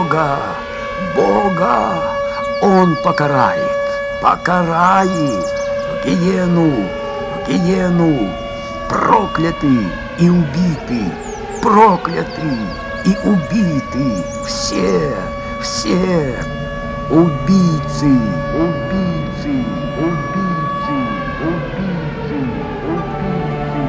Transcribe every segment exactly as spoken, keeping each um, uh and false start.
Бога, Бога он покарает, покарает в гиену, в гиену, прокляты и убиты, прокляты и убиты все, все убийцы, убийцы, убийцы, убийцы, убийцы,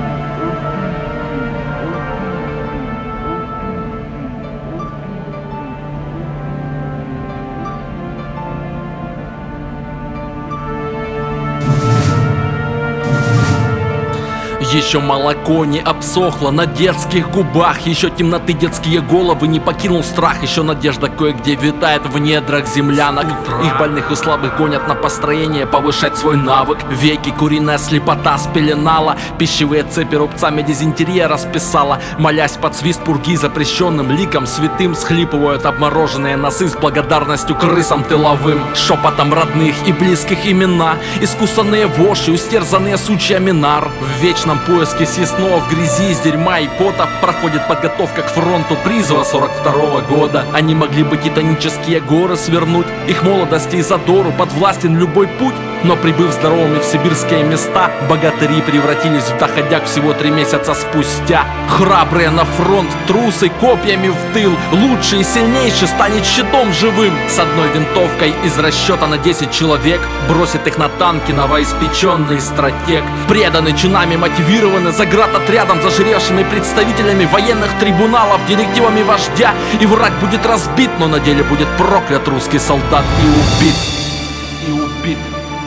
Еще молоко не обсохло на детских губах, еще темноты детские головы не покинул страх, еще надежда кое-где витает в недрах землянок. Их больных и слабых гонят на построение, повышать свой навык. Веки куриная слепота спеленала, пищевые цепи рубцами дизентерия расписала. Молясь под свист пурги запрещенным ликом святым, схлипывают обмороженные носы с благодарностью крысам тыловым. Шепотом родных и близких имена, искусанные вошью, стерзанные сучьями нар. В вечном поиске съестного в грязи из дерьма и пота проходит подготовка к фронту призыва сорок второго года. Они могли бы титанические горы свернуть, их молодости и задору подвластен любой путь. Но прибыв здоровыми в сибирские места, богатыри превратились в доходяг всего три месяца спустя. Храбрые на фронт, трусы копьями в тыл, лучший и сильнейший станет щитом живым. С одной винтовкой из расчета на десять человек бросит их на танки новоиспеченный стратег. Преданный чинами, мотивированы заградотрядом, зажиревшими представителями военных трибуналов, директивами вождя. И враг будет разбит, но на деле будет проклят русский солдат и убит. И убит.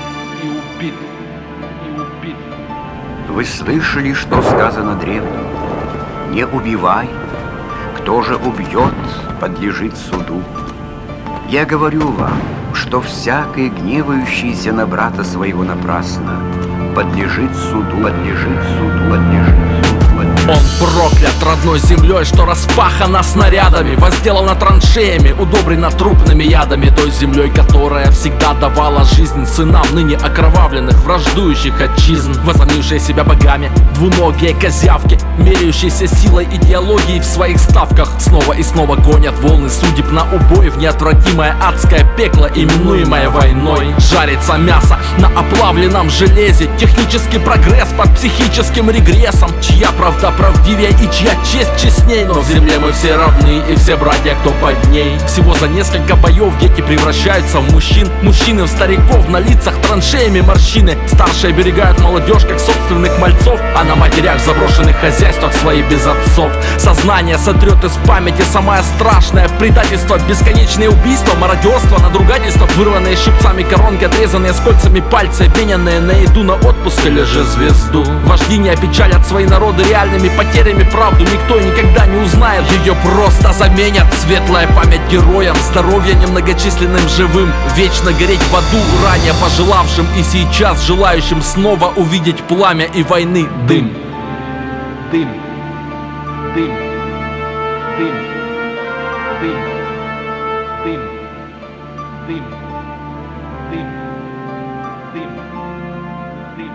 Вы слышали, что сказано древним? Не убивай, кто же убьет, подлежит суду. Я говорю вам, что всякий, гневающийся на брата своего напрасно, подлежит суду, подлежит суду, подлежит суду. Он проклят родной землей, что распахана снарядами, возделана траншеями, удобрена трупными ядами. Той землей, которая всегда давала жизнь сынам ныне окровавленных, враждующих отчизн. Возомнившие себя богами, двуногие козявки, меряющиеся силой идеологии в своих ставках, снова и снова гонят волны судеб на убой в неотвратимое адское пекло, именуемое войной. Жарится мясо на оплавленном железе, технический прогресс под психическим регрессом. Чья правда правдивее и чья честь честней, но в земле мы все равны и все братья, кто под ней. Всего за несколько боев дети превращаются в мужчин, мужчины в стариков, на лицах траншеями морщины. Старшие оберегают молодежь как собственных мальцов, а на матерях в заброшенных хозяйствах свои без отцов. Сознание сотрет из памяти самое страшное предательство, бесконечные убийства, мародерство, надругательство, вырванные щипцами коронки, отрезанные с кольцами пальцы, обмененные на еду, на отпуск или же звезду. Вожди не опечалят свои народы реальными потерями, правду никто никогда не узнает. Ее просто заменят. Светлая память героям, здоровье немногочисленным живым, вечно гореть в аду ранее пожелавшим и сейчас желающим снова увидеть пламя и войны дым. Дым. Дым. Дым. Дым. Дым. Дым. Дым. Дым. Дым.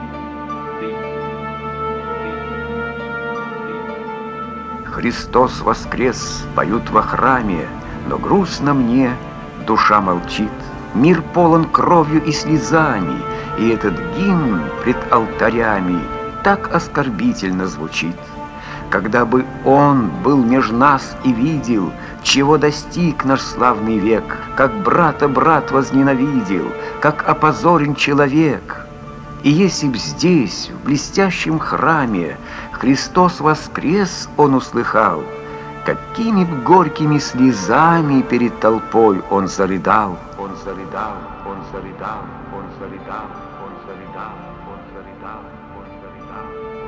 Христос воскрес, поют во храме, но грустно мне, душа молчит. Мир полон кровью и слезами, и этот гимн пред алтарями так оскорбительно звучит. Когда бы он был меж нас и видел, чего достиг наш славный век, как брата брат возненавидел, как опозорен человек. И если б здесь, в блестящем храме, Христос воскрес он услыхал, какими б горькими слезами перед толпой он зарыдал. Он зарыдал, он зарыдал, он зарыдал, он зарыдал, он зарыдал, он зарыдал,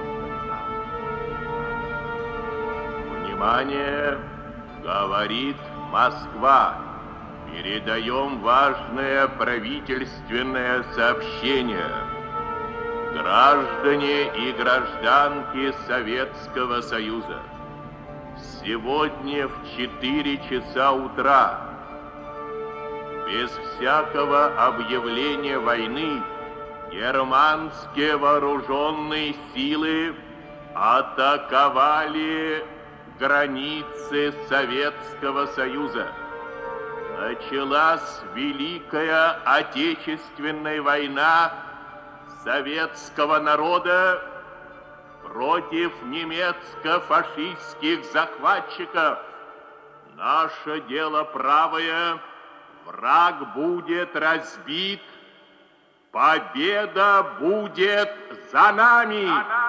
он зарыдал. Внимание, говорит Москва. Передаем важное правительственное сообщение. Граждане и гражданки Советского Союза, сегодня в четыре часа утра, без всякого объявления войны, германские вооруженные силы атаковали границы Советского Союза. Началась Великая Отечественная война советского народа против немецко-фашистских захватчиков. Наше дело правое, враг будет разбит, победа будет за нами.